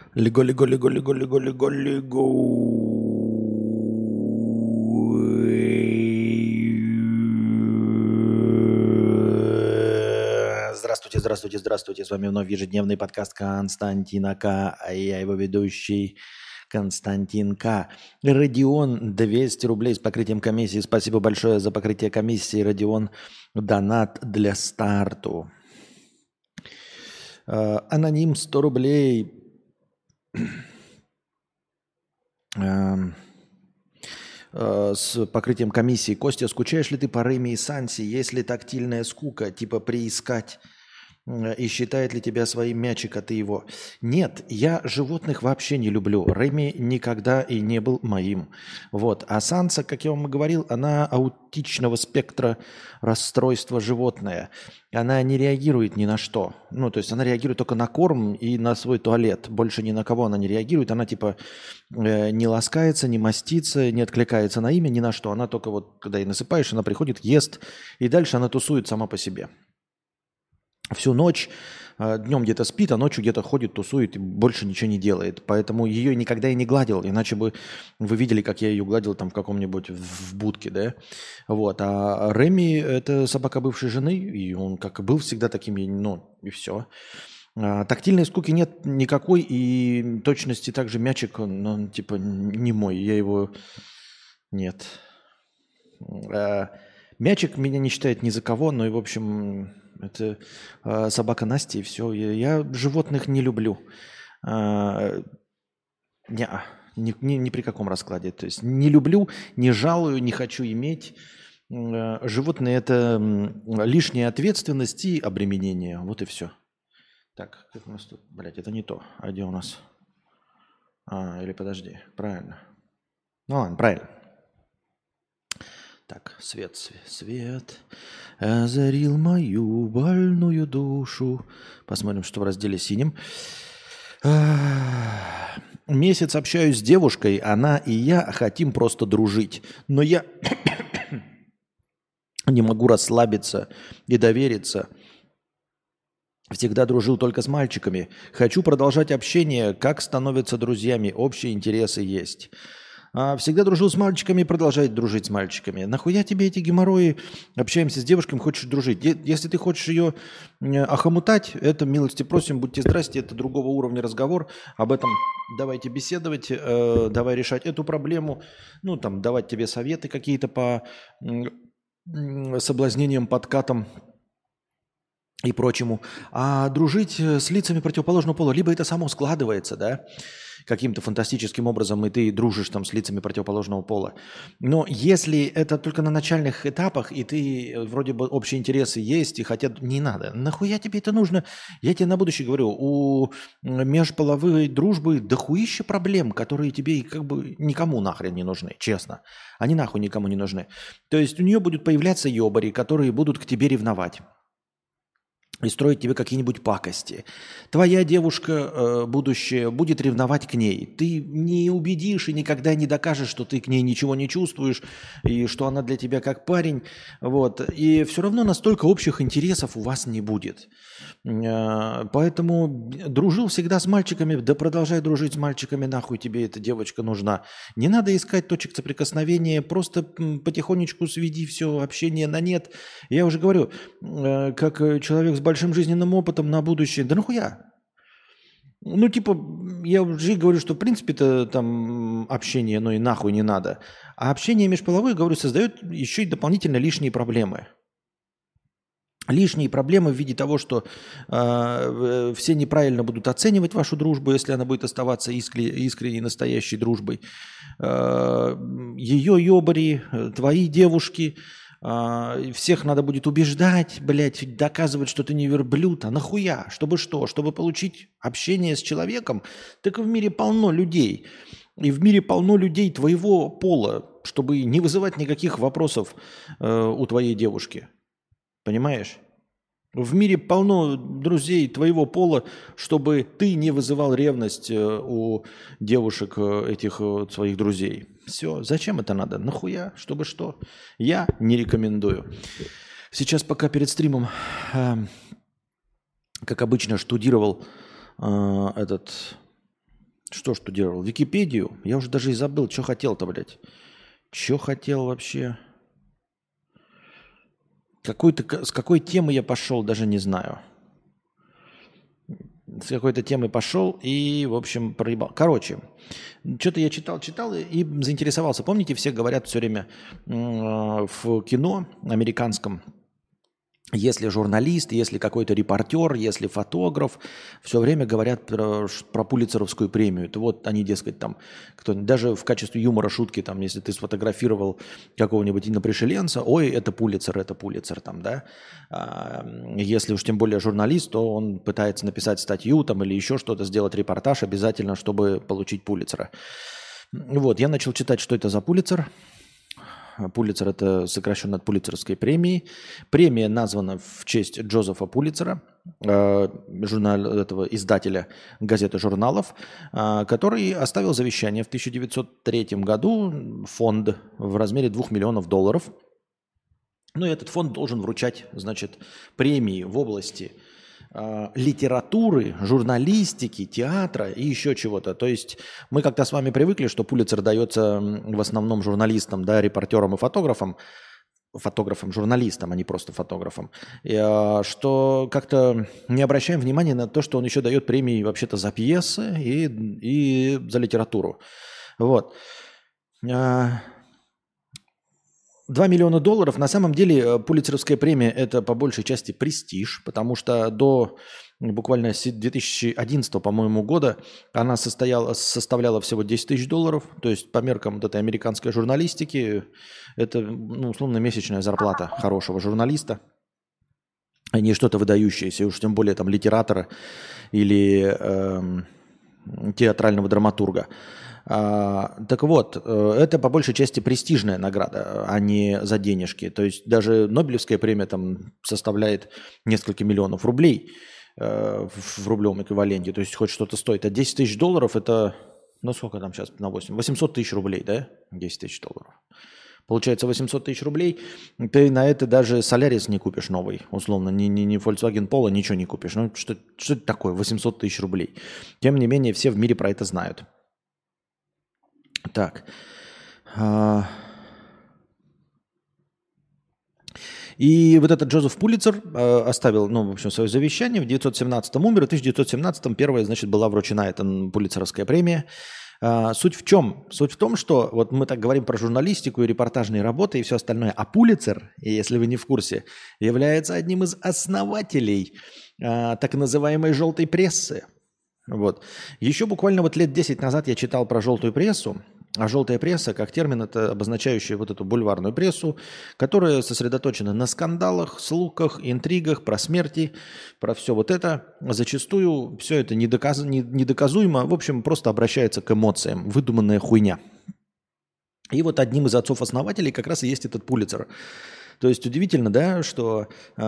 Лего, лего, лего, лего, лего, лего, лего. Здравствуйте, здравствуйте, здравствуйте. С вами вновь ежедневный подкаст Константина К. А я его ведущий Константин К. Родион, 200 рублей с покрытием комиссии. Спасибо большое за покрытие комиссии, Родион. Донат для старту. Аноним, 100 рублей. С покрытием комиссии. Костя, скучаешь ли ты по Рэми и Санси? Есть ли тактильная скука, типа приискать? И считает ли тебя своим мячик, а ты его? Нет, я животных вообще не люблю. Рэми никогда и не был моим. Вот. А Санса, как я вам и говорил, она аутичного спектра расстройства животное. Она не реагирует ни на что. Ну, то есть она реагирует только на корм и на свой туалет. Больше ни на кого она не реагирует. Она типа не ласкается, не мастится, не откликается на имя, ни на что. Она только вот, когда ей насыпаешь, она приходит, ест, и дальше она тусует сама по себе. Всю ночь, днем где-то спит, а ночью где-то ходит, тусует и больше ничего не делает. Поэтому ее никогда и не гладил, иначе бы вы видели, как я ее гладил там в каком-нибудь в будке, да? Вот. А Реми – это собака бывшей жены, и он как и был всегда таким, ну, и все. Тактильной скуки нет никакой, и точности также мячик, он типа не мой, я его... Нет. Мячик меня не считает ни за кого, но и, в общем, это собака Настя, и все. Я животных не люблю. Ни при каком раскладе. То есть не люблю, не жалую, не хочу иметь. Животные – это лишняя ответственность и обременение. Вот и все. Так, как у нас тут? Блядь, это не то. А где у нас? Или подожди. Правильно. Ну ладно, правильно. Так, свет озарил мою больную душу. Посмотрим, что в разделе синим. Месяц общаюсь с девушкой, она и я хотим просто дружить. Но я не могу расслабиться и довериться. Всегда дружил только с мальчиками. Хочу продолжать общение, как становятся друзьями, общие интересы есть. Всегда дружил с мальчиками, продолжает дружить с мальчиками. Нахуя тебе эти геморрои? Общаемся с девушками, хочешь дружить. Если ты хочешь ее охомутать, это милости просим, будьте здрасте, это другого уровня разговор. Об этом давайте беседовать, давай решать эту проблему. Ну, там, давать тебе советы какие-то по соблазнениям, подкатам и прочему. А дружить с лицами противоположного пола, либо это само складывается, да, каким-то фантастическим образом, и ты дружишь там с лицами противоположного пола. Но если это только на начальных этапах, и ты вроде бы общие интересы есть, и хотят, не надо. Нахуя тебе это нужно? Я тебе на будущее говорю, у межполовой дружбы дохуища проблем, которые тебе как бы никому нахрен не нужны, честно. Они нахуй никому не нужны. То есть у нее будут появляться ёбари, которые будут к тебе ревновать и строить тебе какие-нибудь пакости. Твоя девушка будущая будет ревновать к ней. Ты не убедишь и никогда не докажешь, что ты к ней ничего не чувствуешь, и что она для тебя как парень. Вот. И все равно настолько общих интересов у вас не будет. Поэтому дружил всегда с мальчиками, да продолжай дружить с мальчиками, нахуй тебе эта девочка нужна. Не надо искать точек соприкосновения, просто потихонечку сведи все общение на нет. Я уже говорю, как человек с большим жизненным опытом на будущее, да нахуя? Ну, типа, я уже говорю, что в принципе-то там общение, ну и нахуй не надо. А общение межполовое, говорю, создает еще и дополнительно лишние проблемы. Лишние проблемы в виде того, что все неправильно будут оценивать вашу дружбу, если она будет оставаться искренней, настоящей дружбой. Ее ёбари, твои девушки, всех надо будет убеждать, блядь, доказывать, что ты не верблюд. А нахуя? Чтобы что? Чтобы получить общение с человеком? Так в мире полно людей. И в мире полно людей твоего пола, чтобы не вызывать никаких вопросов у твоей девушки. Понимаешь? В мире полно друзей твоего пола, чтобы ты не вызывал ревность у девушек этих своих друзей. Все. Зачем это надо? Нахуя? Чтобы что? Я не рекомендую. Сейчас пока перед стримом, как обычно, штудировал этот Что штудировал? Википедию? Я уже даже и забыл, что хотел-то, блядь. Что хотел вообще? С какой темы я пошел, даже не знаю. С какой-то темы пошел и, в общем, проебал. Короче, что-то я читал и заинтересовался. Помните, все говорят все время в кино американском, если журналист, если какой-то репортер, если фотограф, все время говорят про Пулитцеровскую премию. Это вот они, дескать, там, даже в качестве юмора шутки, там, если ты сфотографировал какого-нибудь инопришеленца, ой, это Пулитцер, там, да. Если уж тем более журналист, то он пытается написать статью там, или еще что-то, сделать репортаж обязательно, чтобы получить Пулитцера. Вот, я начал читать, что это за Пулитцер. Пулитцер – это сокращенно от Пулитцеровской премии. Премия названа в честь Джозефа Пулитцера, этого издателя газет и журналов, который оставил завещание в 1903 году, фонд в размере $2 миллионов. Ну и этот фонд должен вручать, значит, премии в области литературы, журналистики, театра и еще чего-то. То есть мы как-то с вами привыкли, что Пулитцер дается в основном журналистам, да, репортерам и фотографам, журналистам, а не просто фотографам, что как-то не обращаем внимания на то, что он еще дает премии вообще-то за пьесы и за литературу. Вот. $2 миллиона. На самом деле Пулитцеровская премия – это по большей части престиж, потому что до буквально 2011, по-моему, года она составляла всего $10 тысяч. То есть по меркам вот этой американской журналистики это, ну, условно, месячная зарплата хорошего журналиста, а не что-то выдающееся, уж тем более там литератора или театрального драматурга. Так вот, это по большей части престижная награда, а не за денежки. То есть даже Нобелевская премия там составляет несколько миллионов рублей в рублевом эквиваленте. То есть хоть что-то стоит. А $10 тысяч это, ну сколько там сейчас на 8? 800 тысяч рублей, да? $10 тысяч. Получается 800 тысяч рублей. Ты на это даже Солярис не купишь новый, условно. Ни Volkswagen Polo, ничего не купишь. Ну что это такое? 800 тысяч рублей. Тем не менее, все в мире про это знают. Так. И вот этот Джозеф Пулитцер оставил, ну, в общем, свое завещание. В 1917-м умер, в 1917-м первая, значит, была вручена эта Пулитцеровская премия. Суть в чем? Суть в том, что вот мы так говорим про журналистику и репортажные работы и все остальное, а Пулитцер, если вы не в курсе, является одним из основателей так называемой «желтой прессы». Вот. Еще буквально вот лет 10 назад я читал про желтую прессу, а желтая пресса как термин это обозначающий вот эту бульварную прессу, которая сосредоточена на скандалах, слухах, интригах, про смерти, про все вот это. Зачастую все это недоказуемо, в общем, просто обращается к эмоциям, выдуманная хуйня. И вот одним из отцов-основателей как раз и есть этот Пулитцер. То есть удивительно, да, что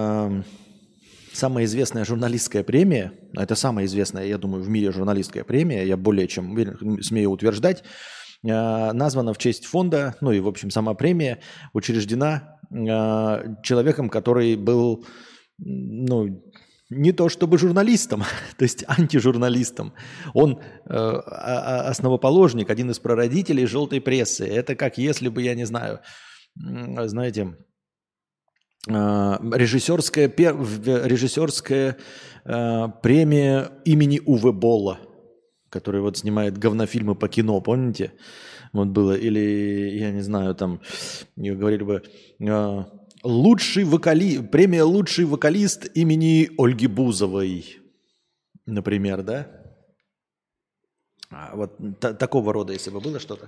самая известная журналистская премия, это самая известная, я думаю, в мире журналистская премия, я более чем смею утверждать, названа в честь фонда, ну и, в общем, сама премия учреждена человеком, который был, ну, не то чтобы журналистом, то есть антижурналистом. Он основоположник, один из прародителей желтой прессы. Это как если бы, я не знаю, знаете, режиссерская премия имени Уве Болла, который вот снимает говнофильмы по кино, помните? Вот было, или, я не знаю, там, говорили бы, премия «Лучший вокалист» имени Ольги Бузовой, например, да? Вот такого рода, если бы было что-то.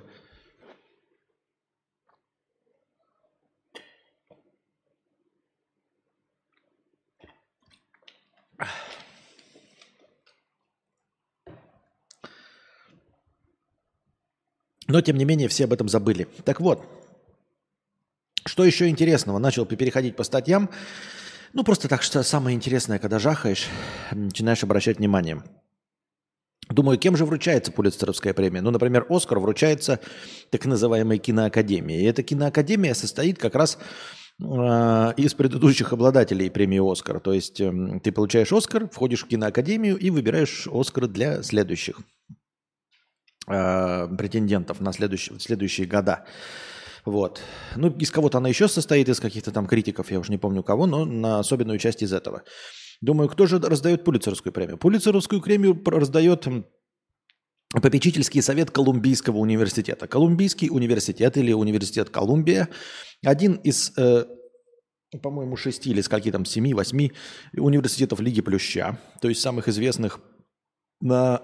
Но, тем не менее, все об этом забыли. Так вот, что еще интересного? Начал переходить по статьям. Ну, просто так, что самое интересное, когда жахаешь, начинаешь обращать внимание. Думаю, кем же вручается Пулитцеровская премия? Ну, например, «Оскар» вручается так называемой киноакадемией. И эта киноакадемия состоит как раз из предыдущих обладателей премии «Оскар». То есть ты получаешь «Оскар», входишь в киноакадемию и выбираешь «Оскар» для следующих. претендентов на следующие года. Вот. Ну, из кого-то она еще состоит, из каких-то там критиков, я уже не помню кого, но на особенную часть из этого. Думаю, кто же раздает Пулитцеровскую премию? Пулитцеровскую премию раздает попечительский совет Колумбийского университета. Колумбийский университет или университет Колумбия один из, по-моему, 6 или скольки там, 7-8 университетов Лиги Плюща, то есть самых известных на,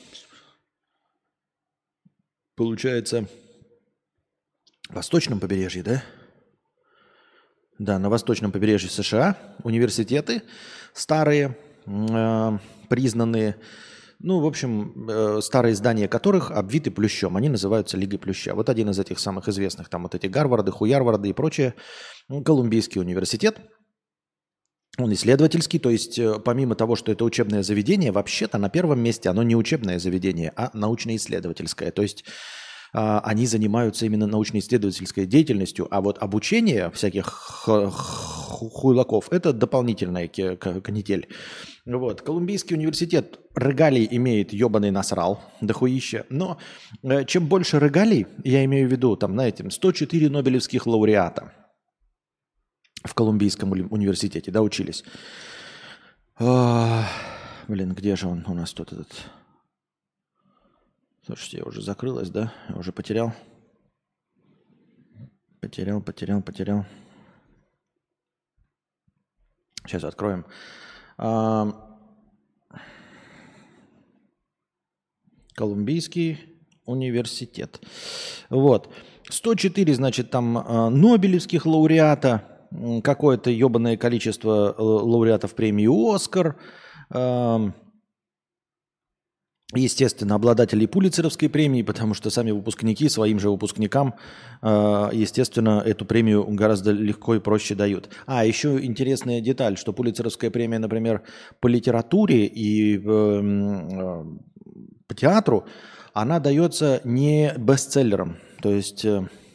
получается, восточном побережье, да? Да, на восточном побережье США университеты старые, признанные, ну, в общем, старые здания которых обвиты плющом. Они называются Лигой Плюща. Вот один из этих самых известных, там вот эти Гарварды, Хуярварды и прочее, Колумбийский университет. Он исследовательский, то есть помимо того, что это учебное заведение, вообще-то на первом месте оно не учебное заведение, а научно-исследовательское. То есть они занимаются именно научно-исследовательской деятельностью, а вот обучение всяких хуйлаков – это дополнительная канитель. Вот. Колумбийский университет регалий имеет ебаный насрал, дохуища, но чем больше регалий, я имею в виду, там, знаете, 104 нобелевских лауреата в Колумбийском университете, да, учились. Блин, где же он у нас тут этот... Слушайте, я уже закрылась, да? Я уже потерял. Потерял. Сейчас откроем. Колумбийский университет. Вот. 104, значит, там нобелевских лауреата, какое-то ебаное количество лауреатов премии «Оскар», естественно, обладателей Пулитцеровской премии, потому что сами выпускники своим же выпускникам, естественно, эту премию гораздо легко и проще дают. А, еще интересная деталь, что Пулитцеровская премия, например, по литературе и по театру, она дается не бестселлерам. То есть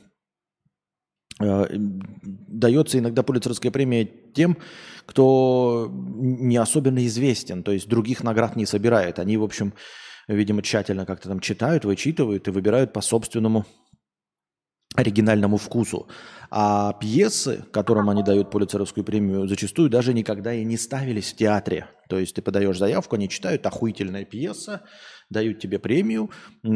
дается иногда Пулитцеровская премия тем, кто не особенно известен, то есть других наград не собирает. Они, в общем, видимо, тщательно как-то там читают, вычитывают и выбирают по собственному оригинальному вкусу. А пьесы, которым они дают Пулитцеровскую премию, зачастую даже никогда и не ставились в театре. То есть ты подаешь заявку, они читают, охуительная пьеса, дают тебе премию,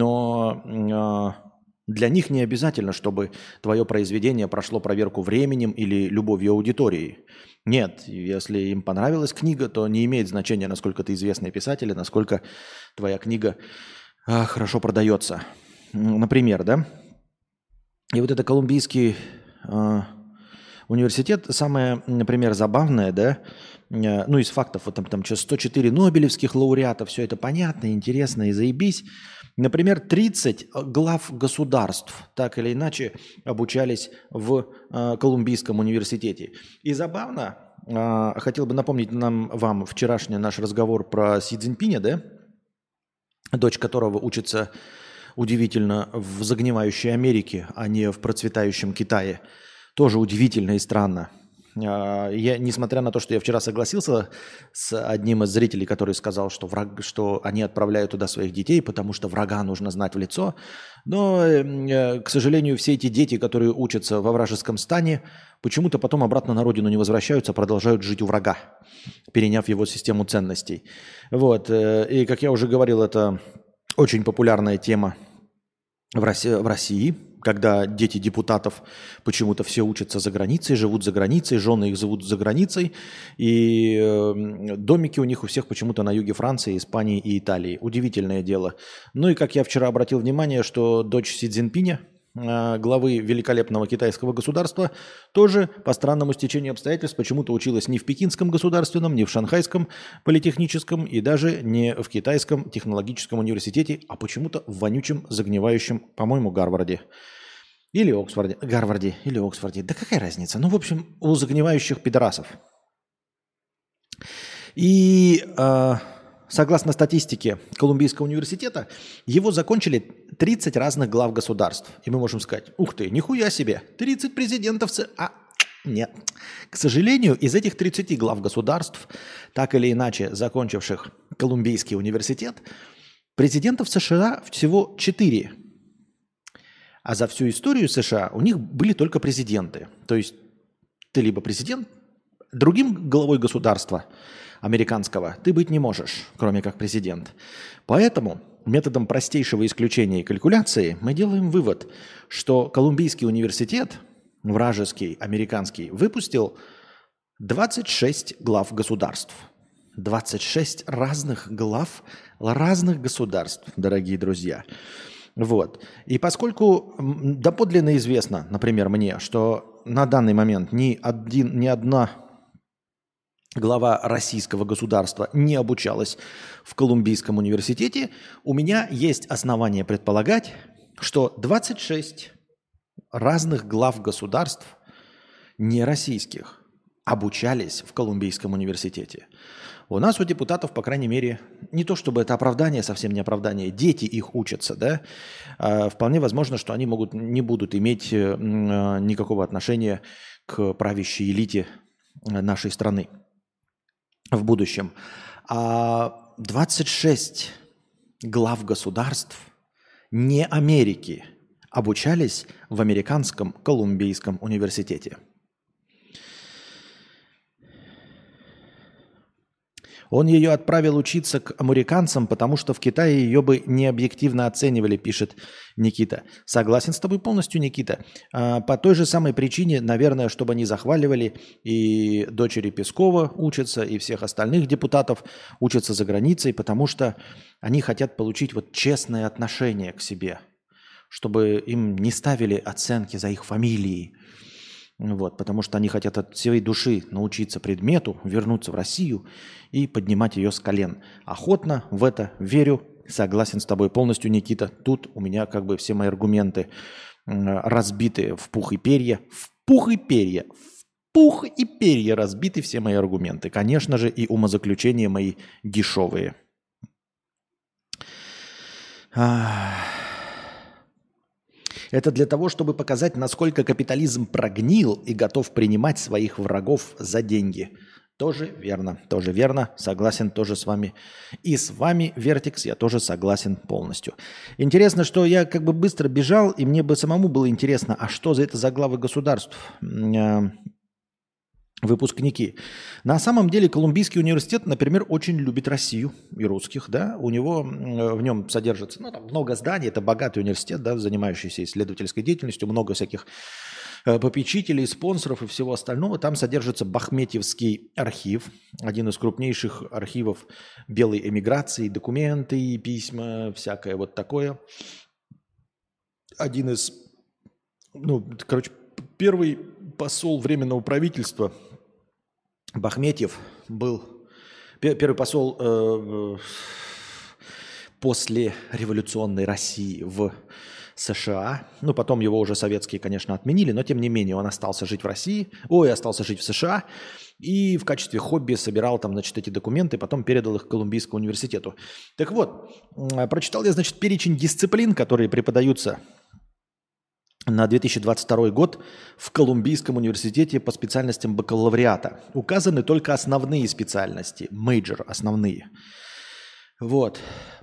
но для них не обязательно, чтобы твое произведение прошло проверку временем или любовью аудитории. Нет, если им понравилась книга, то не имеет значения, насколько ты известный писатель, и насколько твоя книга хорошо продается. Например, да? И вот это Колумбийский университет, самое, например, забавное, да, ну, из фактов, вот там сейчас 104 нобелевских лауреата, все это понятно, интересно и заебись. Например, 30 глав государств так или иначе обучались в Колумбийском университете. И забавно, хотел бы напомнить вам вчерашний наш разговор про Си Цзиньпиня, да, дочь которого учится удивительно в загнивающей Америке, а не в процветающем Китае. Тоже удивительно и странно. Я, несмотря на то, что я вчера согласился с одним из зрителей, который сказал, что они отправляют туда своих детей, потому что врага нужно знать в лицо, но, к сожалению, все эти дети, которые учатся во вражеском стане, почему-то потом обратно на родину не возвращаются, продолжают жить у врага, переняв его систему ценностей. Вот. И, как я уже говорил, это очень популярная тема в России, когда дети депутатов почему-то все учатся за границей, живут за границей, жены их живут за границей, и домики у них у всех почему-то на юге Франции, Испании и Италии. Удивительное дело. Ну и как я вчера обратил внимание, что дочь Си Цзиньпиня, главы великолепного китайского государства, тоже по странному стечению обстоятельств почему-то училась не в Пекинском государственном, не в Шанхайском политехническом и даже не в Китайском технологическом университете, а почему-то в вонючем, загнивающем, по-моему, Гарварде. Или Оксфорде. Гарварде или Оксфорде. Да какая разница? Ну, в общем, у загнивающих пидорасов. И согласно статистике Колумбийского университета, его закончили 30 разных глав государств. И мы можем сказать, ух ты, нихуя себе, 30 президентов. Нет. К сожалению, из этих 30 глав государств, так или иначе закончивших Колумбийский университет, Президентов США всего 4. А за всю историю США у них были только президенты. То есть ты либо президент, другим главой государства американского ты быть не можешь, кроме как президент. Поэтому методом простейшего исключения и калькуляции мы делаем вывод, что Колумбийский университет, вражеский, американский, выпустил 26 глав государств. 26 разных глав разных государств, дорогие друзья. Вот. И поскольку доподлинно известно, например, мне, что на данный момент ни одна глава российского государства не обучалась в Колумбийском университете, у меня есть основания предполагать, что 26 разных глав государств не российских обучались в Колумбийском университете. У нас, у депутатов, по крайней мере, не то чтобы это оправдание, совсем не оправдание, дети их учатся, да, вполне возможно, что они не будут иметь никакого отношения к правящей элите нашей страны в будущем. А 26 глав государств не Америки обучались в американском Колумбийском университете. Он ее отправил учиться к американцам, потому что в Китае ее бы не объективно оценивали, пишет Никита. Согласен с тобой полностью, Никита. По той же самой причине, наверное, чтобы они захваливали, и дочери Пескова учатся, и всех остальных депутатов учатся за границей, потому что они хотят получить вот честное отношение к себе, чтобы им не ставили оценки за их фамилии. Вот, потому что они хотят от всей души научиться предмету, вернуться в Россию и поднимать ее с колен. Охотно в это верю, согласен с тобой полностью, Никита. Тут у меня как бы все мои аргументы разбиты в пух и перья. В пух и перья. В пух и перья разбиты все мои аргументы. Конечно же, и умозаключения мои дешевые. Это для того, чтобы показать, насколько капитализм прогнил и готов принимать своих врагов за деньги. Тоже верно, согласен тоже с вами. И с вами, Вертикс, я тоже согласен полностью. Интересно, что я как бы быстро бежал, и мне бы самому было интересно, а что за это за главы государств? Выпускники. На самом деле Колумбийский университет, например, очень любит Россию и русских, да, у него в нем содержится, там много зданий, это богатый университет, да, занимающийся исследовательской деятельностью, много всяких попечителей, спонсоров и всего остального. Там содержится Бахметьевский архив, один из крупнейших архивов белой эмиграции, документы, письма, всякое вот такое. Один из, первый посол Временного правительства Бахметьев был первый посол после революционной России в США. Потом его уже советские, конечно, отменили, но тем не менее он остался жить в России, остался жить в США и в качестве хобби собирал там, эти документы, потом передал их Колумбийскому университету. Так вот, прочитал я, перечень дисциплин, которые преподаются на 2022 год в Колумбийском университете по специальностям бакалавриата. Указаны только основные специальности, мейджор основные. Вот.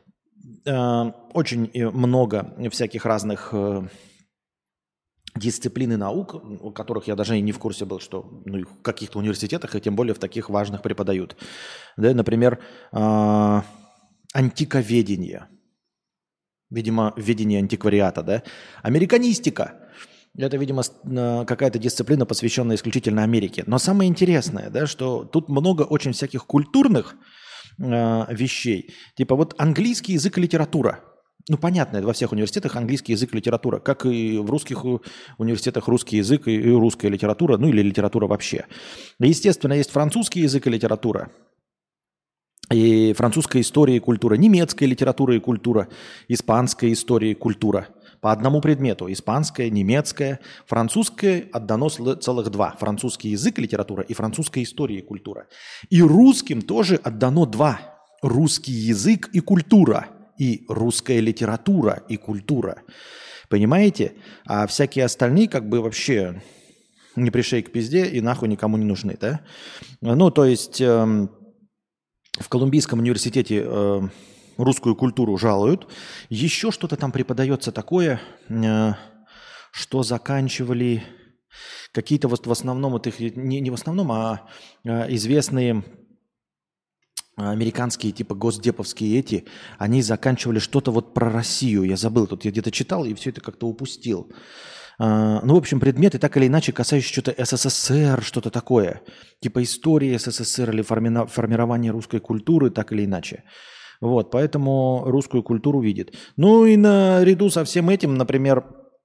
Очень много всяких разных дисциплин и наук, у которых я даже и не в курсе был, что в каких-то университетах, и тем более в таких важных преподают. Да, например, антиковедение. Видимо, введение антиквариата, да? Американистика. Это, видимо, какая-то дисциплина, посвященная исключительно Америке. Но самое интересное, да, что тут много очень всяких культурных вещей. Типа вот английский язык и литература. Понятно, это во всех университетах английский язык и литература. Как и в русских университетах русский язык и русская литература, или литература вообще. Естественно, есть французский язык и литература. И французская история и культура, немецкая литература и культура, испанская история и культура. По одному предмету. Испанская, немецкая, французская отдано целых 2. Французский язык и литература и французская история и культура. И русским тоже отдано 2. Русский язык и культура. И русская литература и культура. Понимаете? А всякие остальные вообще не пришей к пизде и нахуй никому не нужны, да? То есть... В Колумбийском университете русскую культуру жалуют. Еще что-то там преподается такое, что заканчивали какие-то вот в основном, вот их не в основном, известные американские типа госдеповские эти, они заканчивали что-то вот про Россию. Я забыл, тут я где-то читал и все это как-то упустил. Ну, в общем, предметы так или иначе касающиеся что-то СССР, что-то такое. Типа истории СССР или формирование русской культуры, так или иначе. Вот, поэтому русскую культуру видит. Ну и наряду со всем этим, например,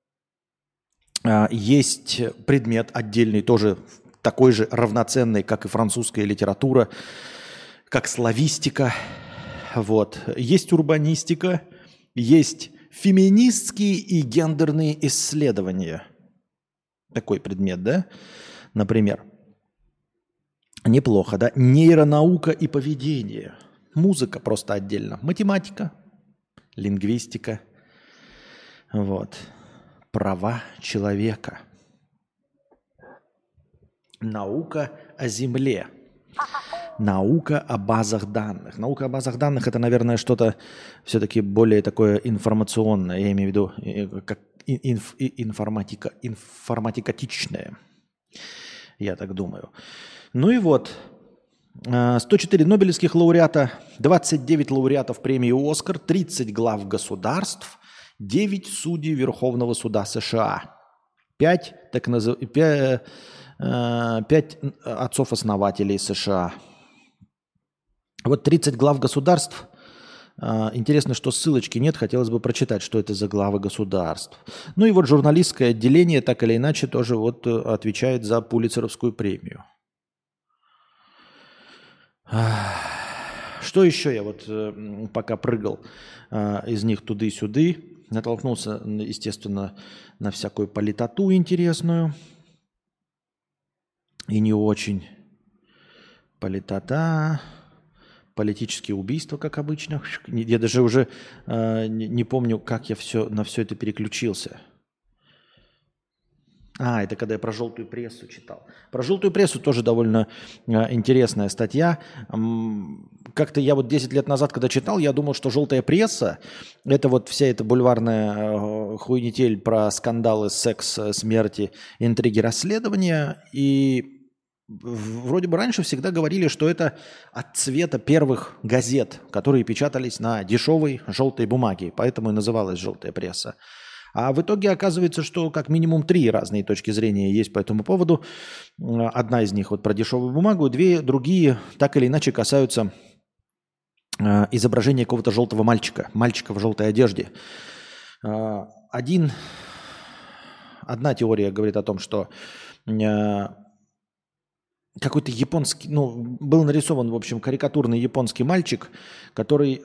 есть предмет отдельный, тоже такой же равноценный, как и французская литература, как славистика. Вот. Есть урбанистика, есть феминистские и гендерные исследования. Такой предмет, да? Например. Неплохо, да? Нейронаука и поведение. Музыка просто отдельно. Математика, лингвистика. Вот. Права человека. Наука о Земле. Наука о базах данных. Наука о базах данных – это, наверное, что-то все-таки более такое информационное. Я имею в виду как информатикатичное. Я так думаю. Ну и вот. 104 нобелевских лауреата, 29 лауреатов премии «Оскар», 30 глав государств, 9 судей Верховного суда США, 5 отцов-основателей США. Вот 30 глав государств. Интересно, что ссылочки нет. Хотелось бы прочитать, что это за главы государств. Ну и вот журналистское отделение так или иначе тоже вот отвечает за Пулитцеровскую премию. Что еще я вот пока прыгал из них туды-сюды, натолкнулся, естественно, на всякую политоту интересную. И не очень. Политота, политические убийства, как обычно. Я даже уже не помню, как я на все это переключился. Это когда я про желтую прессу читал. Про желтую прессу тоже довольно интересная статья. Как-то я вот 10 лет назад, когда читал, я думал, что желтая пресса – это вот вся эта бульварная хуйнетель про скандалы, секс, смерти, интриги, расследования. И вроде бы раньше всегда говорили, что это от цвета первых газет, которые печатались на дешевой желтой бумаге. Поэтому и называлась желтая пресса. А в итоге оказывается, что как минимум 3 разные точки зрения есть по этому поводу. Одна из них вот про дешевую бумагу, 2 другие так или иначе касаются изображения какого-то желтого мальчика в желтой одежде. Одна теория говорит о том, что какой-то японский, был нарисован, в общем, карикатурный японский мальчик, который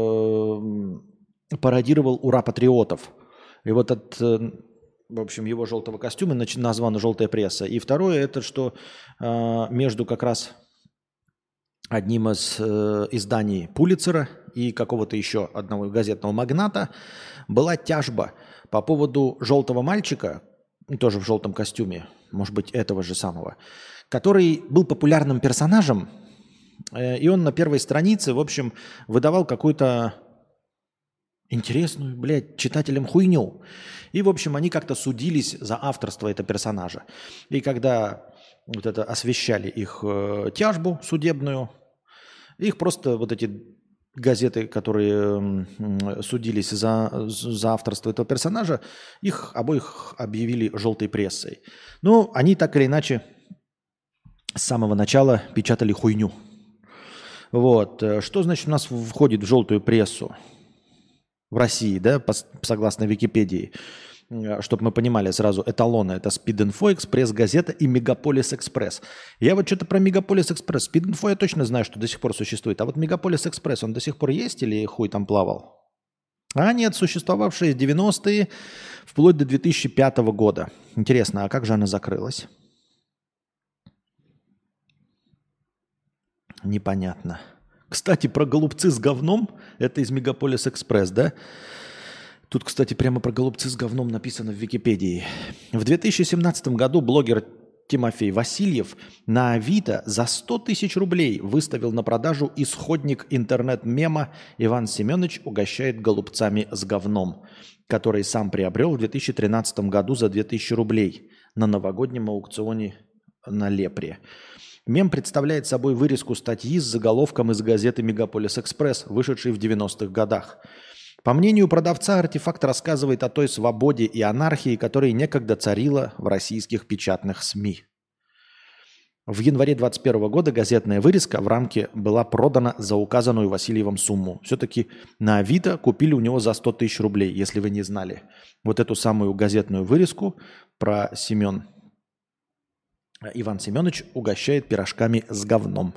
пародировал ура-патриотов. И вот в общем, его желтого костюма названа «желтая пресса». И второе, это что между как раз одним из изданий Пулитцера и какого-то еще одного газетного магната была тяжба по поводу желтого мальчика, тоже в желтом костюме, может быть, этого же самого, который был популярным персонажем, и он на первой странице, в общем, выдавал какую-то интересную, читателям хуйню. И, в общем, они как-то судились за авторство этого персонажа. И когда вот это освещали их тяжбу судебную, их просто вот эти газеты, которые судились за авторство этого персонажа, их обоих объявили желтой прессой. Ну, они так или иначе с самого начала печатали хуйню. Вот. Что значит у нас входит в желтую прессу? В России, да, согласно Википедии, чтобы мы понимали сразу, эталоны – это Спид-инфо, Экспресс-газета и Мегаполис-экспресс. Я вот что-то про Мегаполис-экспресс. Спид-инфо я точно знаю, что до сих пор существует. А вот Мегаполис-экспресс, он до сих пор есть или хуй там плавал? Нет, существовавшие 90-е вплоть до 2005 года. Интересно, а как же она закрылась? Непонятно. Кстати, про голубцы с говном, это из Мегаполис-экспресс, да? Тут, кстати, прямо про голубцы с говном написано в Википедии. В 2017 году блогер Тимофей Васильев на Авито за 100 тысяч рублей выставил на продажу исходник интернет-мема «Иван Семенович угощает голубцами с говном», который сам приобрел в 2013 году за 2000 рублей на новогоднем аукционе на Лепре. Мем представляет собой вырезку статьи с заголовком из газеты «Мегаполис Экспресс», вышедшей в 90-х годах. По мнению продавца, артефакт рассказывает о той свободе и анархии, которая некогда царила в российских печатных СМИ. В январе 2021 года газетная вырезка в рамке была продана за указанную Васильевым сумму. Все-таки на Авито купили у него за 100 тысяч рублей, если вы не знали. Вот эту самую газетную вырезку про Иван Семенович угощает пирожками с говном.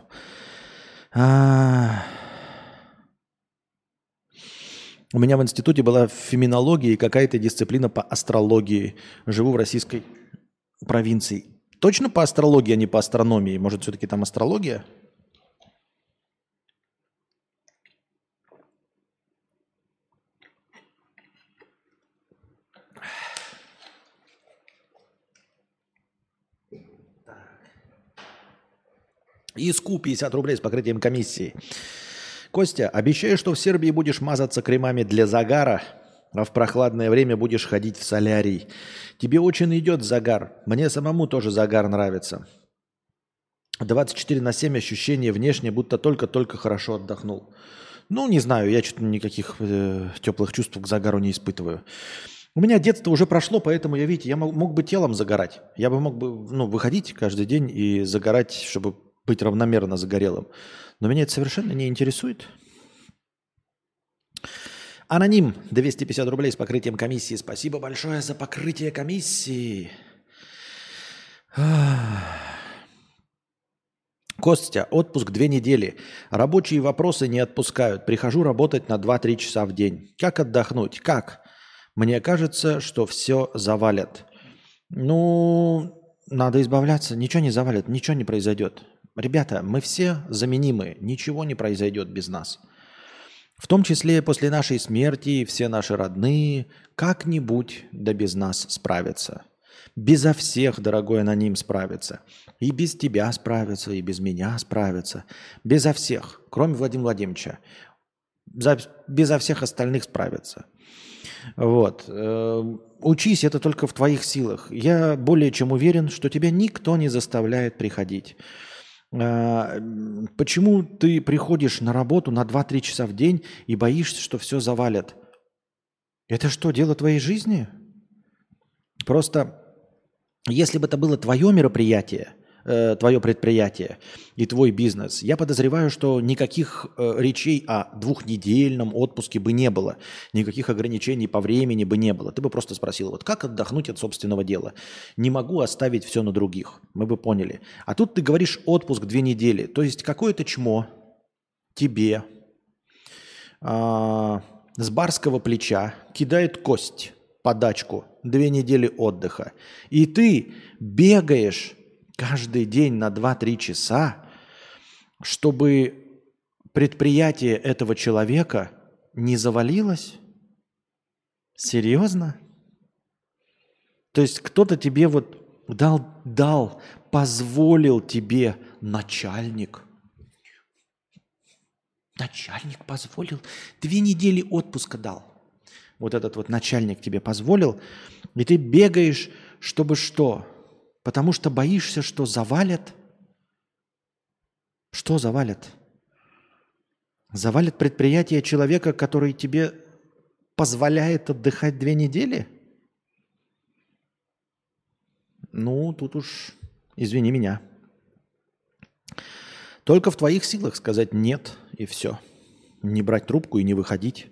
У меня в институте была феминология и какая-то дисциплина по астрологии. Живу в российской провинции. Точно по астрологии, а не по астрономии? Может, все-таки там астрология? ИСКУ 50 рублей с покрытием комиссии. Костя, обещаю, что в Сербии будешь мазаться кремами для загара, а в прохладное время будешь ходить в солярий. Тебе очень идет загар. Мне самому тоже загар нравится. 24/7 ощущение внешне, будто только-только хорошо отдохнул. Ну, не знаю, я что-то никаких теплых чувств к загару не испытываю. У меня детство уже прошло, поэтому я мог бы телом загорать. Я бы мог бы выходить каждый день и загорать, чтобы быть равномерно загорелым. Но меня это совершенно не интересует. Аноним, 250 рублей с покрытием комиссии. Спасибо большое за покрытие комиссии. Костя, отпуск 2 недели. Рабочие вопросы не отпускают. Прихожу работать на 2-3 часа в день. Как отдохнуть? Как? Мне кажется, что все завалят. Ну, надо избавляться. Ничего не завалит, ничего не произойдет. Ребята, мы все заменимы. Ничего не произойдет без нас. В том числе после нашей смерти все наши родные как-нибудь да без нас справятся. Безо всех, дорогой аноним, справятся. И без тебя справятся, и без меня справятся. Безо всех, кроме Владимира Владимировича. Безо всех остальных справятся. Вот. Учись, это только в твоих силах. Я более чем уверен, что тебя никто не заставляет приходить. Почему ты приходишь на работу на 2-3 часа в день и боишься, что все завалят? Это что, дело твоей жизни? Просто, если бы это было твое мероприятие, твое предприятие и твой бизнес, я подозреваю, что никаких речей о 2-недельном отпуске бы не было, никаких ограничений по времени бы не было. Ты бы просто спросил, вот как отдохнуть от собственного дела? Не могу оставить все на других, мы бы поняли. А тут ты говоришь отпуск 2 недели, то есть какое-то чмо тебе с барского плеча кидает кость, подачку, 2 недели отдыха, и ты бегаешь каждый день на 2-3 часа, чтобы предприятие этого человека не завалилось? Серьезно? То есть кто-то тебе вот позволил тебе начальник. Начальник позволил. 2 недели отпуска дал. Вот этот вот начальник тебе позволил. И ты бегаешь, чтобы что? Потому что боишься, что завалят? Что завалят? Завалят предприятие человека, который тебе позволяет отдыхать 2 недели? Ну, тут уж извини меня. Только в твоих силах сказать «нет» и все. Не брать трубку и не выходить.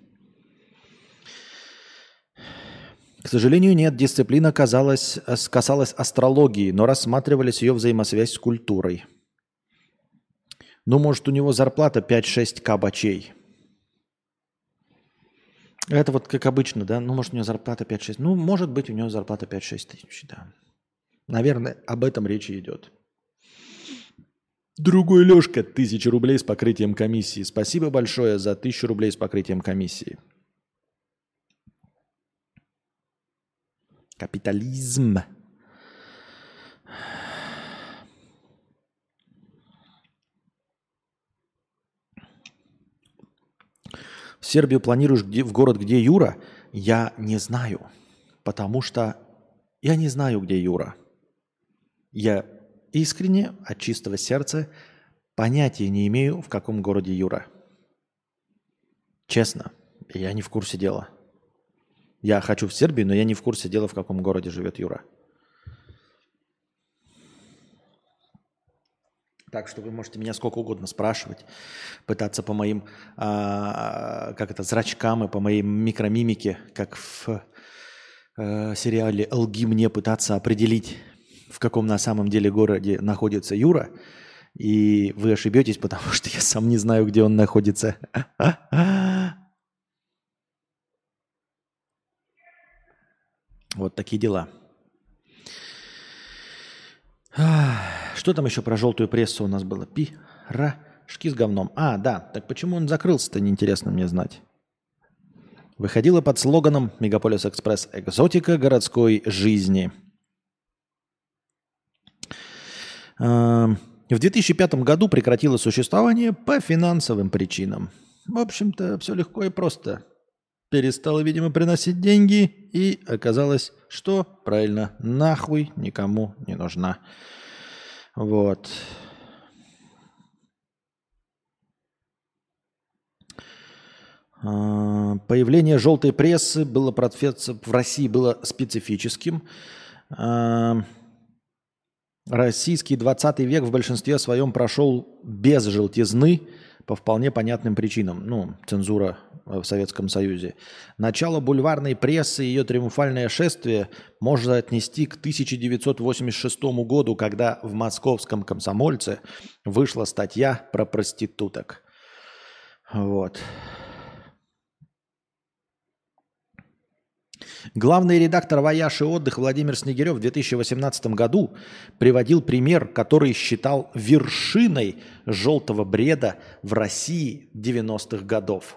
К сожалению, нет, дисциплина касалась астрологии, но рассматривались ее взаимосвязь с культурой. Ну, может, у него зарплата 5-6 бачей. Это вот как обычно, да? Ну, может, у него зарплата 5-6. Ну, может быть, у него зарплата 5-6 тысяч, да. Наверное, об этом речь и идет. Другой Лешка, 1000 рублей с покрытием комиссии. Спасибо большое за 1000 рублей с покрытием комиссии. Капитализм. В Сербию планируешь в город, где Юра? Я не знаю, потому что я не знаю, где Юра. Я искренне, от чистого сердца, понятия не имею, в каком городе Юра. Честно, я не в курсе дела. Я хочу в Сербию, но я не в курсе дела, в каком городе живет Юра. Так что вы можете меня сколько угодно спрашивать, пытаться по моим зрачкам и по моей микромимике, как в сериале «Лги мне», пытаться определить, в каком на самом деле городе находится Юра. И вы ошибетесь, потому что я сам не знаю, где он находится. Вот такие дела. Что там еще про желтую прессу у нас было? Пирожки с говном. Да. Так почему он закрылся-то, неинтересно мне знать. Выходила под слоганом «Мегаполис Экспресс. Экзотика городской жизни». В 2005 году прекратило существование по финансовым причинам. В общем-то, все легко и просто. Перестала, видимо, приносить деньги, и оказалось, что, правильно, нахуй никому не нужна. Вот. Появление желтой прессы в России было специфическим. Российский 20 век в большинстве своем прошел без желтизны по вполне понятным причинам. Цензура в Советском Союзе. Начало бульварной прессы и ее триумфальное шествие можно отнести к 1986 году, когда в московском «Комсомольце» вышла статья про проституток. Вот. Главный редактор «Вояж и отдых» Владимир Снегирев в 2018 году приводил пример, который считал вершиной желтого бреда в России 90-х годов.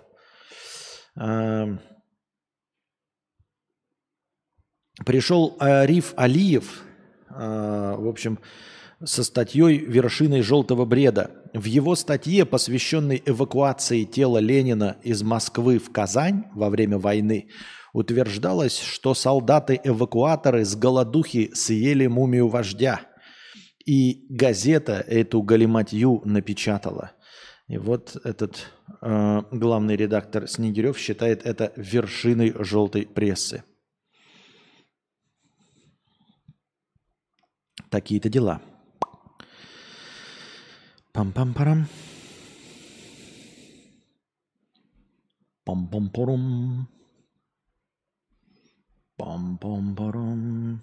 Пришел Ариф Алиев, в общем, со статьей «Вершиной желтого бреда». В его статье, посвященной эвакуации тела Ленина из Москвы в Казань во время войны, утверждалось, что солдаты-эвакуаторы с голодухи съели мумию вождя. И газета эту галиматью напечатала. И вот этот главный редактор Снегирев считает это вершиной желтой прессы. Такие-то дела. Пам-пам-парам. Пам-пам-парам. Пам-пам-парам.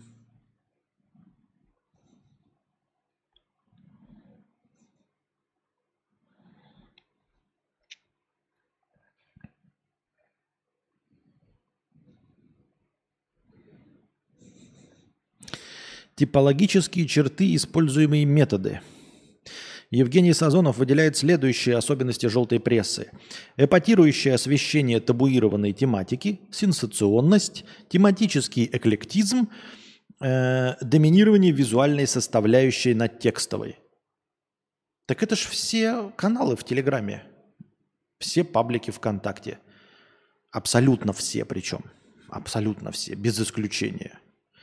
Типологические черты, используемые методы. Евгений Сазонов выделяет следующие особенности желтой прессы. Эпатирующее освещение табуированной тематики, сенсационность, тематический эклектизм, доминирование визуальной составляющей над текстовой. Так это ж все каналы в Телеграме, все паблики ВКонтакте. Абсолютно все причем. Абсолютно все, без исключения.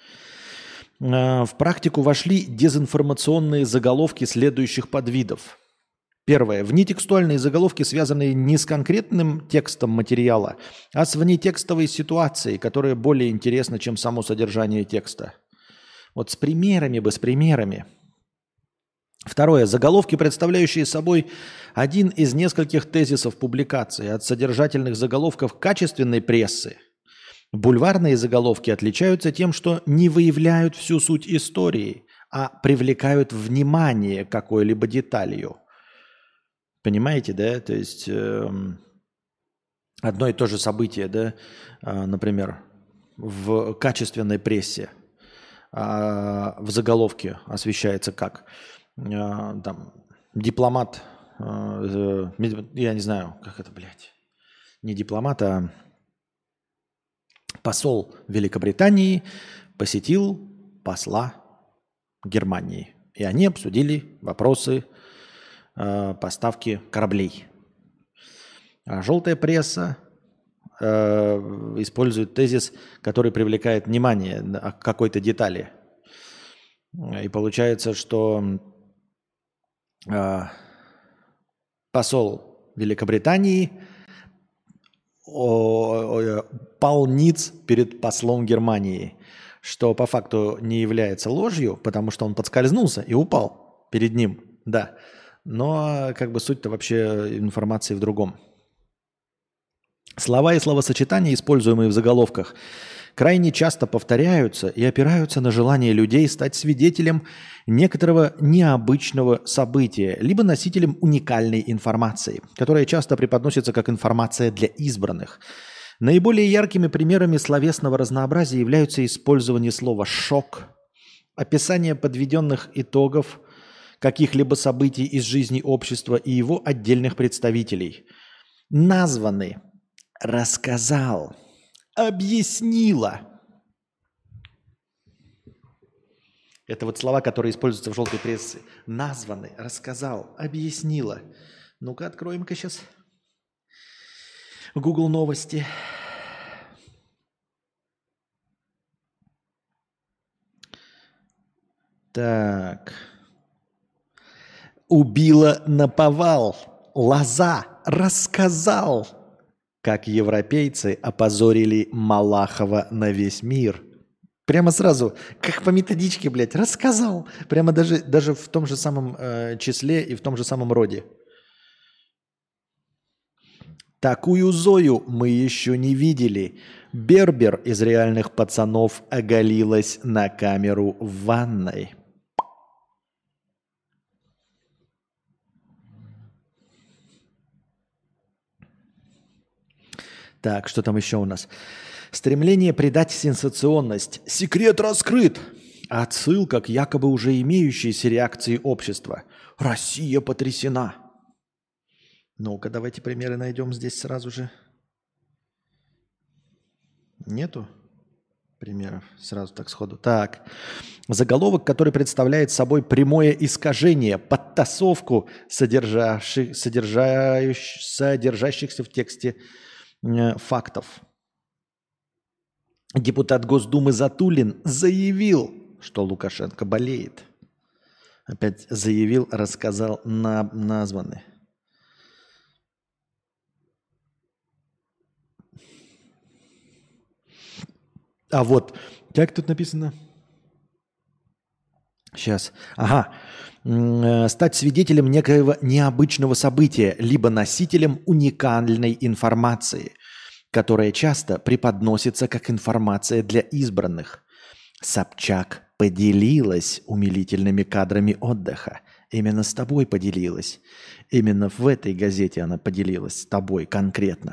В практику вошли дезинформационные заголовки следующих подвидов. Первое. Внетекстуальные заголовки, связанные не с конкретным текстом материала, а с внетекстовой ситуацией, которая более интересна, чем само содержание текста. Вот с примерами бы, с примерами. Второе. Заголовки, представляющие собой один из нескольких тезисов публикации, от содержательных заголовков качественной прессы. Бульварные заголовки отличаются тем, что не выявляют всю суть истории, а привлекают внимание какой-либо деталью. Понимаете, да? То есть одно и то же событие, да, например, в качественной прессе в заголовке освещается как там, дипломат, я не знаю, как это, блядь, не дипломат, а посол Великобритании посетил посла Германии. И они обсудили вопросы поставки кораблей. А желтая пресса использует тезис, который привлекает внимание к какой-то детали. И получается, что посол Великобритании полниц перед послом Германии, что по факту не является ложью, потому что он подскользнулся и упал перед ним, да. Но как бы суть-то вообще информации в другом. Слова и словосочетания, используемые в заголовках, крайне часто повторяются и опираются на желание людей стать свидетелем некоторого необычного события, либо носителем уникальной информации, которая часто преподносится как информация для избранных. Наиболее яркими примерами словесного разнообразия являются использование слова «шок», описание подведенных итогов каких-либо событий из жизни общества и его отдельных представителей. Названы, рассказал, объяснила. Это вот слова, которые используются в желтой прессе. Названы, рассказал, объяснила. Ну-ка, откроем-ка сейчас Google новости. Так. Убила наповал. Лоза рассказал, как европейцы опозорили Малахова на весь мир. Прямо сразу, как по методичке, блядь, рассказал. Прямо даже в том же самом числе и в том же самом роде. Такую Зою мы еще не видели. Бербер из реальных пацанов оголилась на камеру в ванной. Так, что там еще у нас? Стремление придать сенсационность. Секрет раскрыт. Отсылка к якобы уже имеющейся реакции общества. Россия потрясена. Ну-ка, давайте примеры найдем здесь сразу же. Нету примеров сразу так сходу. Так, заголовок, который представляет собой прямое искажение, подтасовку содержащихся в тексте фактов. Депутат Госдумы Затулин заявил, что Лукашенко болеет. Опять заявил, рассказал, названы. А вот, как тут написано? Сейчас. Ага. Стать свидетелем некоего необычного события, либо носителем уникальной информации, которая часто преподносится как информация для избранных. Собчак поделилась умилительными кадрами отдыха. Именно с тобой поделилась. Именно в этой газете она поделилась с тобой конкретно.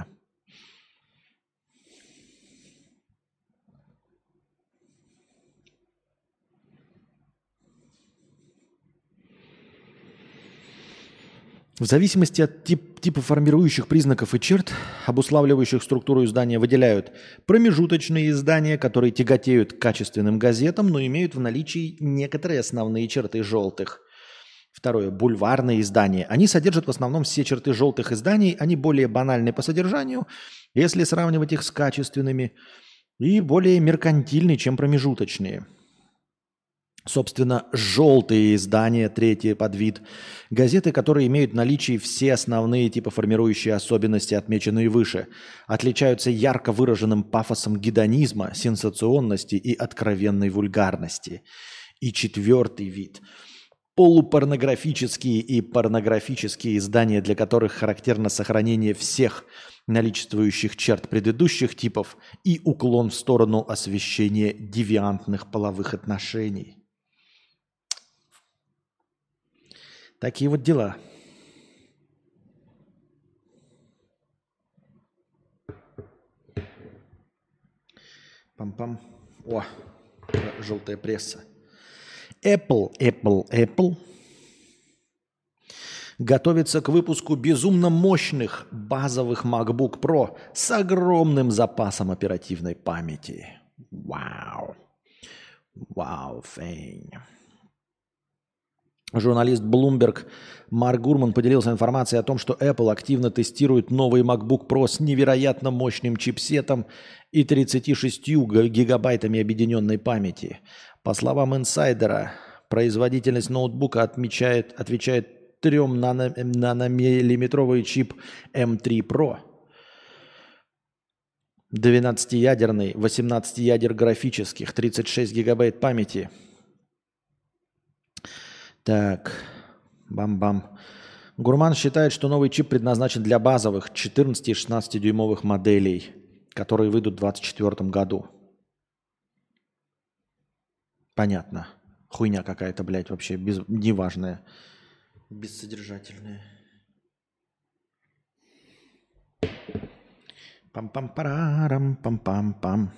В зависимости от типа формирующих признаков и черт, обуславливающих структуру издания, выделяют промежуточные издания, которые тяготеют к качественным газетам, но имеют в наличии некоторые основные черты желтых. Второе. Бульварные издания. Они содержат в основном все черты желтых изданий, они более банальны по содержанию, если сравнивать их с качественными, и более меркантильны, чем промежуточные. Собственно, желтые издания, третий подвид, газеты, которые имеют в наличии все основные типоформирующие особенности, отмеченные выше, отличаются ярко выраженным пафосом гедонизма, сенсационности и откровенной вульгарности. И четвертый вид – полупорнографические и порнографические издания, для которых характерно сохранение всех наличествующих черт предыдущих типов и уклон в сторону освещения девиантных половых отношений. Такие вот дела. Пам-пам. О, желтая пресса. Apple готовится к выпуску безумно мощных базовых MacBook Pro с огромным запасом оперативной памяти. Вау. Вау, фейн. Журналист Bloomberg Марк Гурман поделился информацией о том, что Apple активно тестирует новый MacBook Pro с невероятно мощным чипсетом и 36 гигабайтами объединенной памяти. По словам инсайдера, производительность ноутбука отвечает 3-нанометровый чип M3 Pro, 12-ядерный, 18 ядер графических, 36 гигабайт памяти. Так, бам-бам. Гурман считает, что новый чип предназначен для базовых 14 и 16-дюймовых моделей, которые выйдут в 2024 году. Понятно. Хуйня какая-то, блядь, вообще неважная. Бессодержательная. Пам-пам-парам, пам-пам-пам.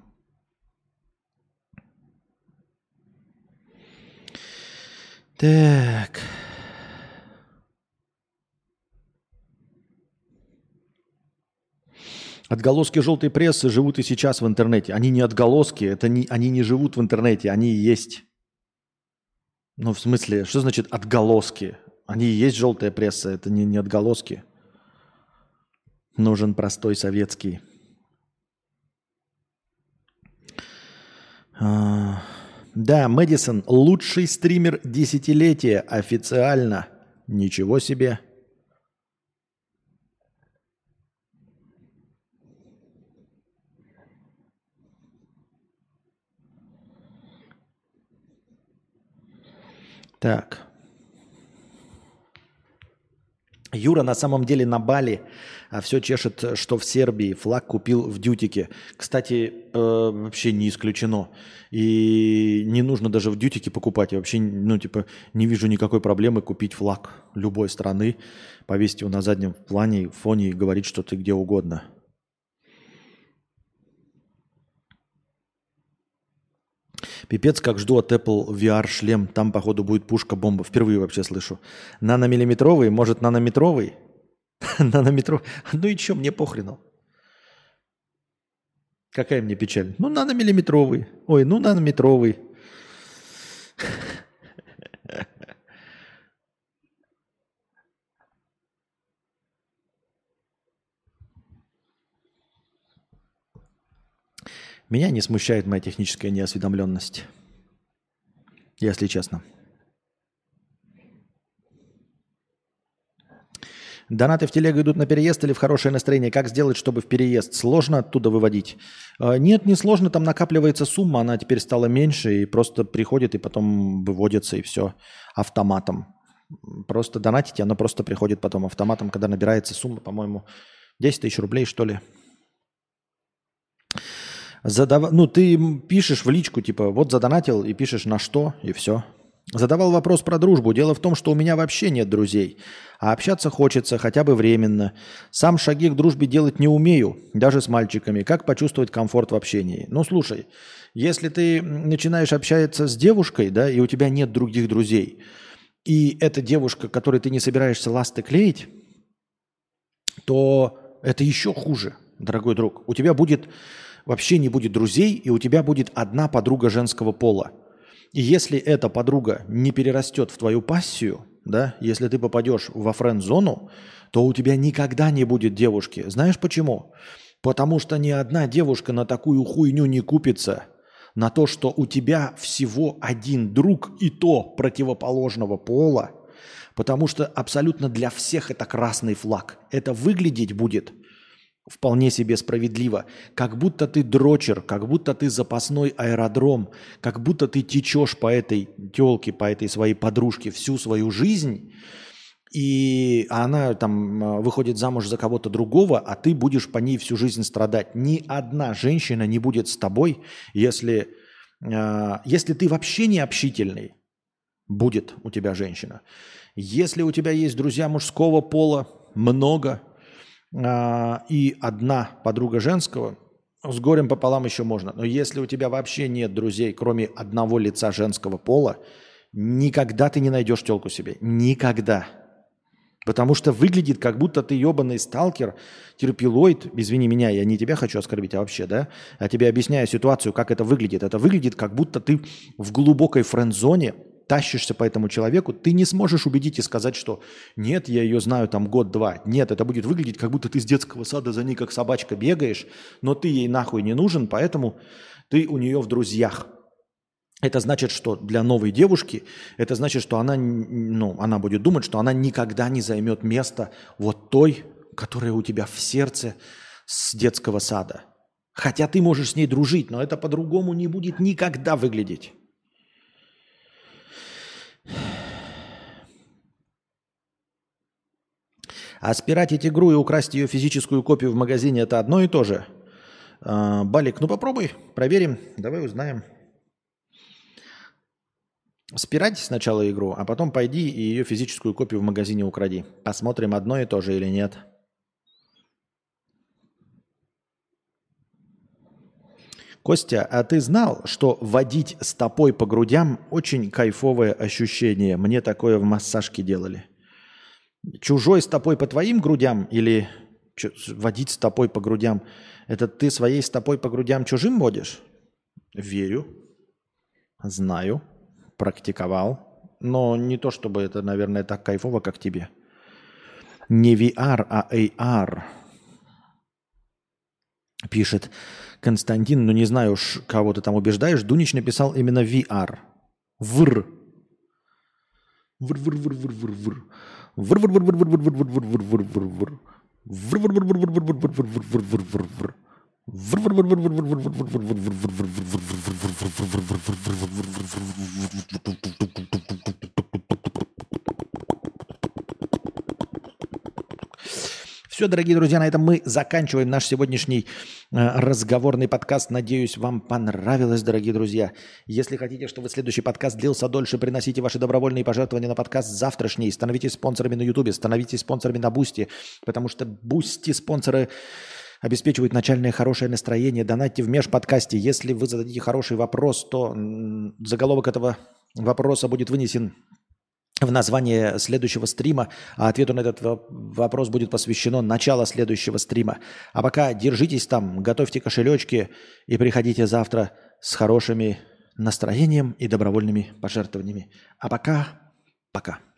Так. Отголоски желтой прессы живут и сейчас в интернете. Они не отголоски, они не живут в интернете, они и есть. Ну, в смысле, что значит отголоски? Они и есть желтая пресса, это не отголоски. Нужен простой советский. Да, Мэдисон лучший стример десятилетия официально. Ничего себе. Так. Юра на самом деле на Бали, а все чешет, что в Сербии. Флаг купил в дьютике. Кстати, вообще не исключено. И не нужно даже в дьютике покупать. Я вообще, не вижу никакой проблемы купить флаг любой страны, повесить его на заднем фоне и говорить, что ты где угодно. Пипец, как жду от Apple VR-шлем. Там, походу, будет пушка-бомба. Впервые вообще слышу. Наномиллиметровый, может, нанометровый? Нанометровый. Ну и что, мне похрену. Какая мне печаль? Ну, наномиллиметровый. Ой, ну, нанометровый. Меня не смущает моя техническая неосведомленность. Если честно. Донаты в телегу идут на переезд или в хорошее настроение? Как сделать, чтобы в переезд? Сложно оттуда выводить? Нет, не сложно. Там накапливается сумма, она теперь стала меньше и просто приходит и потом выводится и все автоматом. Просто донатите, оно просто приходит потом автоматом, когда набирается сумма, по-моему, 10 тысяч рублей, что ли. Ты пишешь в личку, типа, вот задонатил, и пишешь на что, и все. Задавал вопрос про дружбу. Дело в том, что у меня вообще нет друзей. А общаться хочется, хотя бы временно. Сам шаги к дружбе делать не умею, даже с мальчиками. Как почувствовать комфорт в общении? Ну, слушай, если ты начинаешь общаться с девушкой, да, и у тебя нет других друзей, и эта девушка, которой ты не собираешься ласты клеить, то это еще хуже, дорогой друг. У тебя вообще не будет друзей, и у тебя будет одна подруга женского пола. И если эта подруга не перерастет в твою пассию, да, если ты попадешь во френд-зону, то у тебя никогда не будет девушки. Знаешь почему? Потому что ни одна девушка на такую хуйню не купится. На то, что у тебя всего один друг, и то противоположного пола. Потому что абсолютно для всех это красный флаг. Это выглядеть будет вполне себе справедливо. Как будто ты дрочер, как будто ты запасной аэродром, как будто ты течешь по этой телке, по этой своей подружке всю свою жизнь, и она там выходит замуж за кого-то другого, а ты будешь по ней всю жизнь страдать. Ни одна женщина не будет с тобой, если ты вообще не общительный, будет у тебя женщина. Если у тебя есть друзья мужского пола, много, и одна подруга женского, с горем пополам еще можно. Но если у тебя вообще нет друзей, кроме одного лица женского пола, никогда ты не найдешь телку себе. Никогда. Потому что выглядит, как будто ты ебаный сталкер, терпилоид. Извини меня, я не тебя хочу оскорбить, а вообще, да? Я тебе объясняю ситуацию, как это выглядит. Это выглядит, как будто ты в глубокой френд-зоне тащишься по этому человеку, ты не сможешь убедить и сказать, что нет, я ее знаю там год-два. Нет, это будет выглядеть, как будто ты с детского сада за ней как собачка бегаешь, но ты ей нахуй не нужен, поэтому ты у нее в друзьях. Это значит, что для новой девушки, это значит, что она, ну, она будет думать, что она никогда не займет место вот той, которая у тебя в сердце с детского сада. Хотя ты можешь с ней дружить, но это по-другому не будет никогда выглядеть. А спиратить игру и украсть ее физическую копию в магазине – это одно и то же. Балик, ну попробуй, проверим, давай узнаем. Спирать сначала игру, а потом пойди и ее физическую копию в магазине укради. Посмотрим, одно и то же или нет. Костя, а ты знал, что водить стопой по грудям очень кайфовое ощущение? Мне такое в массажке делали. Чужой стопой по твоим грудям или водить стопой по грудям? Это ты своей стопой по грудям чужим водишь? Верю. Знаю. Практиковал. Но не то, чтобы это, наверное, так кайфово, как тебе. Не VR, а AR. Пишет Константин, ну не знаю уж, кого ты там убеждаешь. Дунич написал именно VR. Вр. Вр-вр-вр-вр-вр-вр. Вр-вр-вр-вр-вр-вр-вр-вр-вр-вр. Вр-вр-вр-вр-вр-вр-вр-вр-вр. Все, дорогие друзья, на этом мы заканчиваем наш сегодняшний разговорный подкаст. Надеюсь, вам понравилось, дорогие друзья. Если хотите, чтобы следующий подкаст длился дольше, приносите ваши добровольные пожертвования на подкаст завтрашний. Становитесь спонсорами на Ютубе, становитесь спонсорами на Бусти, потому что Бусти спонсоры обеспечивают начальное хорошее настроение. Донатьте в межподкасте. Если вы зададите хороший вопрос, то заголовок этого вопроса будет вынесен в название следующего стрима, а ответу на этот вопрос будет посвящено начало следующего стрима. А пока держитесь там, готовьте кошелечки и приходите завтра с хорошим настроением и добровольными пожертвованиями. А пока, пока.